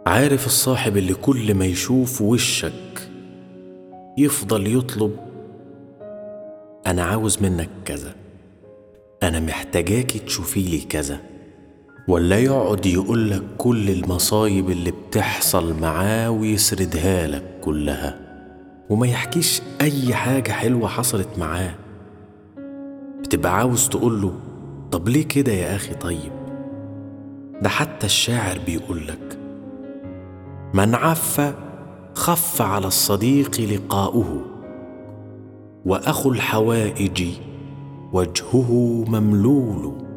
عارف الصاحب اللي كل ما يشوف وشك يفضل يطلب: أنا عاوز منك كذا، أنا محتاجاكي تشوفيلي كذا، ولا يقعد يقولك كل المصايب اللي بتحصل معاه ويسردها لك كلها وما يحكيش أي حاجة حلوة حصلت معاه؟ بتبقى عاوز تقوله: طب ليه كده يا أخي؟ طيب ده حتى الشاعر بيقولك: من عف خف على الصديق لقاؤه، وأخو الحوائج وجهه مملول.